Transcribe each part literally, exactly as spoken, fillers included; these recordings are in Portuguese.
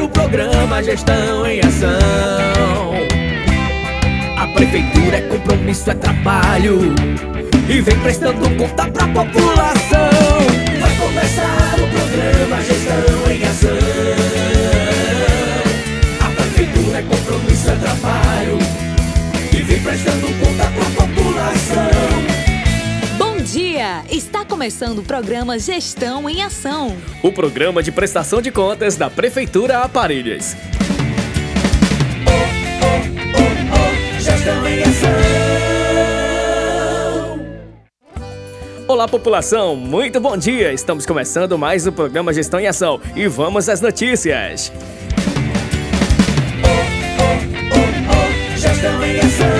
o programa Gestão em Ação. A prefeitura é compromisso, é trabalho e vem prestando conta pra população. Vai começar o programa Gestão em Ação. A prefeitura é compromisso, é trabalho e vem prestando conta pra população. Bom dia! Está começando o programa Gestão em Ação. O programa de prestação de contas da Prefeitura Aparelhas. Oh, oh, oh, oh, Gestão em Ação. Olá, população! Muito bom dia! Estamos começando mais o programa Gestão em Ação e vamos às notícias. Oh, oh, oh, oh, Gestão em Ação.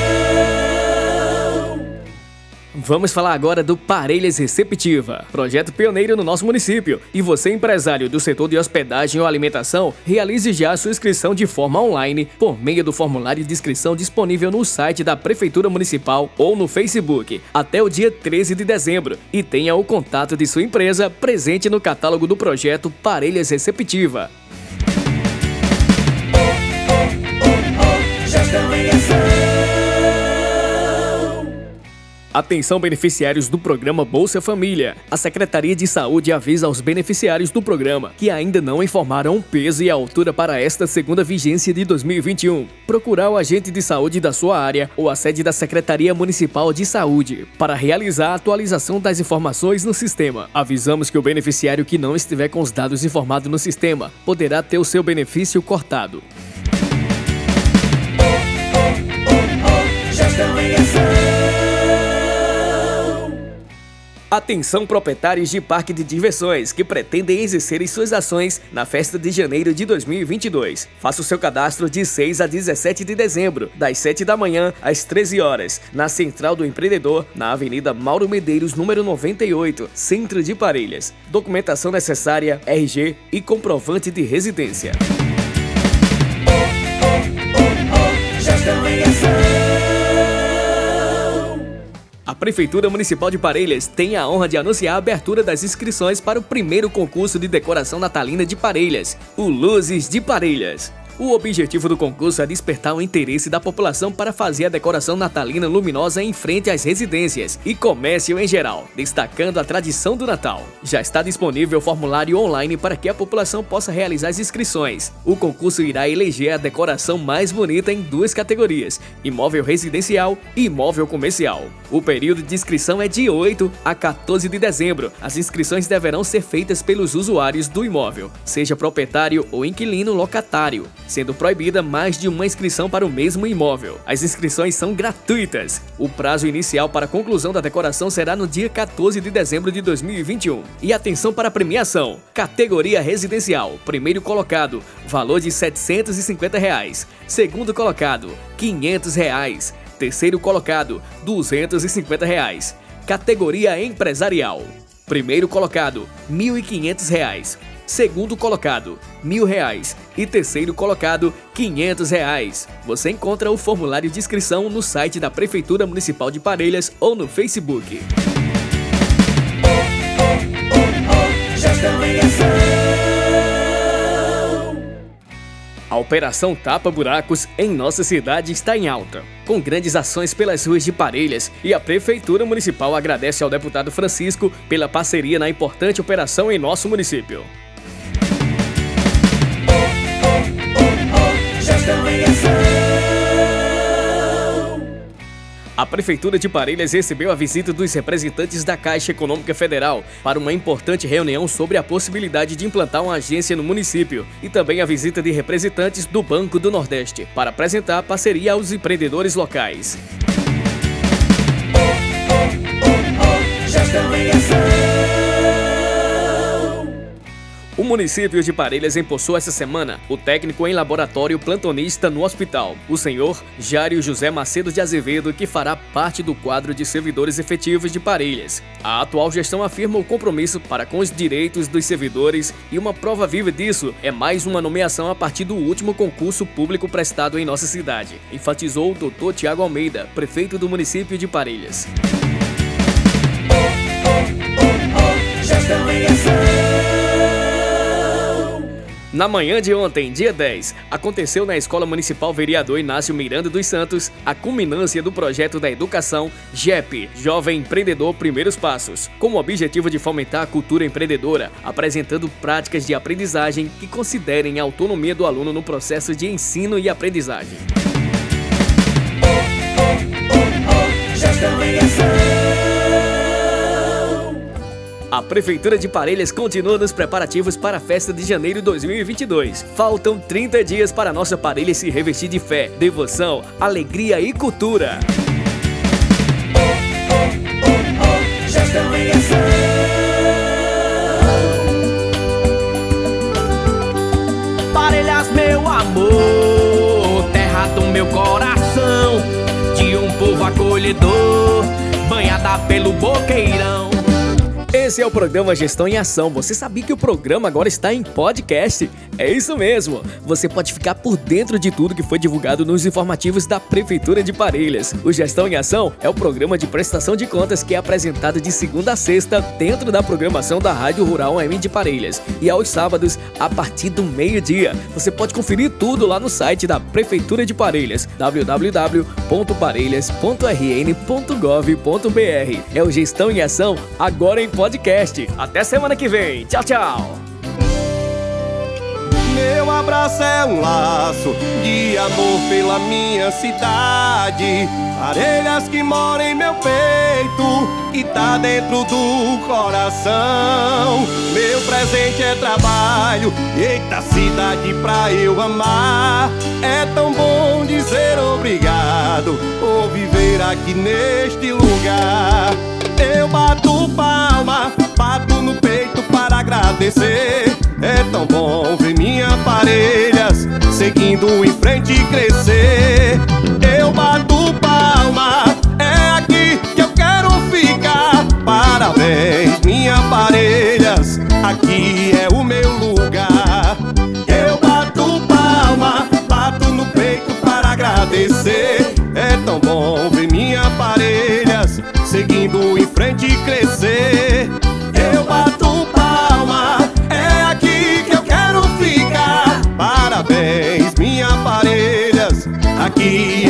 Vamos falar agora do Parelhas Receptiva, projeto pioneiro no nosso município. E você, empresário do setor de hospedagem ou alimentação, realize já a sua inscrição de forma online por meio do formulário de inscrição disponível no site da Prefeitura Municipal ou no Facebook até o dia treze de dezembro e tenha o contato de sua empresa presente no catálogo do projeto Parelhas Receptiva. Oh, oh, oh, oh, Gestão em Ação. Atenção, beneficiários do programa Bolsa Família. A Secretaria de Saúde avisa aos beneficiários do programa que ainda não informaram o peso e a altura para esta segunda vigência de dois mil e vinte e um. Procurar o agente de saúde da sua área ou a sede da Secretaria Municipal de Saúde para realizar a atualização das informações no sistema. Avisamos que o beneficiário que não estiver com os dados informados no sistema poderá ter o seu benefício cortado. Oh, oh, oh, oh, Gestão em Ação. Atenção, proprietários de parque de diversões que pretendem exercer suas ações na festa de janeiro de dois mil e vinte e dois. Faça o seu cadastro de seis a dezessete de dezembro, das sete da manhã às treze horas, na Central do Empreendedor, na Avenida Mauro Medeiros, número noventa e oito, Centro de Parelhas. Documentação necessária, R G e comprovante de residência. Oh, oh, oh, oh, Gestão em Ação. A Prefeitura Municipal de Parelhas tem a honra de anunciar a abertura das inscrições para o primeiro concurso de decoração natalina de Parelhas, o Luzes de Parelhas. O objetivo do concurso é despertar o interesse da população para fazer a decoração natalina luminosa em frente às residências e comércio em geral, destacando a tradição do Natal. Já está disponível o formulário online para que a população possa realizar as inscrições. O concurso irá eleger a decoração mais bonita em duas categorias: imóvel residencial e imóvel comercial. O período de inscrição é de oito a quatorze de dezembro. As inscrições deverão ser feitas pelos usuários do imóvel, seja proprietário ou inquilino locatário, sendo proibida mais de uma inscrição para o mesmo imóvel. As inscrições são gratuitas. O prazo inicial para a conclusão da decoração será no dia quatorze de dezembro de dois mil e vinte e um. E atenção para a premiação. Categoria residencial, primeiro colocado, valor de setecentos e cinquenta reais. Segundo colocado, quinhentos reais. Terceiro colocado, duzentos e cinquenta reais. Categoria empresarial, primeiro colocado, mil e quinhentos reais. Segundo colocado, mil reais e terceiro colocado, quinhentos reais. Você encontra o formulário de inscrição no site da Prefeitura Municipal de Parelhas ou no Facebook. Oh, oh, oh, oh, Gestão em Ação. A Operação Tapa Buracos em nossa cidade está em alta, com grandes ações pelas ruas de Parelhas, e a Prefeitura Municipal agradece ao deputado Francisco pela parceria na importante operação em nosso município. Gestão em Ação. A Prefeitura de Parelhas recebeu a visita dos representantes da Caixa Econômica Federal para uma importante reunião sobre a possibilidade de implantar uma agência no município e também a visita de representantes do Banco do Nordeste para apresentar a parceria aos empreendedores locais. Oh, oh, oh, oh, Gestão em Ação. O município de Parelhas empossou essa semana o técnico em laboratório plantonista no hospital, o senhor Jário José Macedo de Azevedo, que fará parte do quadro de servidores efetivos de Parelhas. A atual gestão afirma o compromisso para com os direitos dos servidores e uma prova viva disso é mais uma nomeação a partir do último concurso público prestado em nossa cidade, enfatizou o doutor Tiago Almeida, prefeito do município de Parelhas. Oh, oh, oh, oh, Gestão em Ação. Na manhã de ontem, dia dez, aconteceu na Escola Municipal Vereador Inácio Miranda dos Santos a culminância do projeto da educação J E P, Jovem Empreendedor Primeiros Passos, com o objetivo de fomentar a cultura empreendedora, apresentando práticas de aprendizagem que considerem a autonomia do aluno no processo de ensino e aprendizagem. Gestão em ação. A Prefeitura de Parelhas continua nos preparativos para a festa de janeiro de dois mil e vinte e dois. Faltam trinta dias para nossa Parelha se revestir de fé, devoção, alegria e cultura. Oh, oh, oh, oh, gestão em ação. Parelhas, meu amor, terra do meu coração, de um povo acolhedor, banhada pelo boqueirão. Esse é o programa Gestão em Ação. Você sabia que o programa agora está em podcast? É isso mesmo! Você pode ficar por dentro de tudo que foi divulgado nos informativos da Prefeitura de Parelhas. O Gestão em Ação é o programa de prestação de contas que é apresentado de segunda a sexta dentro da programação da Rádio Rural A M de Parelhas e aos sábados a partir do meio-dia. Você pode conferir tudo lá no site da Prefeitura de Parelhas, w w w ponto parelhas ponto r n ponto gov ponto b r. É o Gestão em Ação agora em podcast. Até semana que vem. Tchau, tchau. Meu abraço é um laço de amor pela minha cidade. Parelhas que moram em meu peito e tá dentro do coração. Meu presente é trabalho, eita cidade pra eu amar. É tão bom dizer obrigado por viver aqui neste lugar. Eu bato palma, bato no peito para agradecer. É tão bom ver minha Parelhas seguindo em frente e crescer. Eu bato palma, é aqui que eu quero ficar. Parabéns, minha Parelhas, aqui é o meu lugar. Eu bato palma, bato no peito para agradecer. É tão bom ver minha Parelhas seguindo em frente e crescer. Eu bato palma, é aqui que eu quero ficar. Parabéns, minha Parelhas, aqui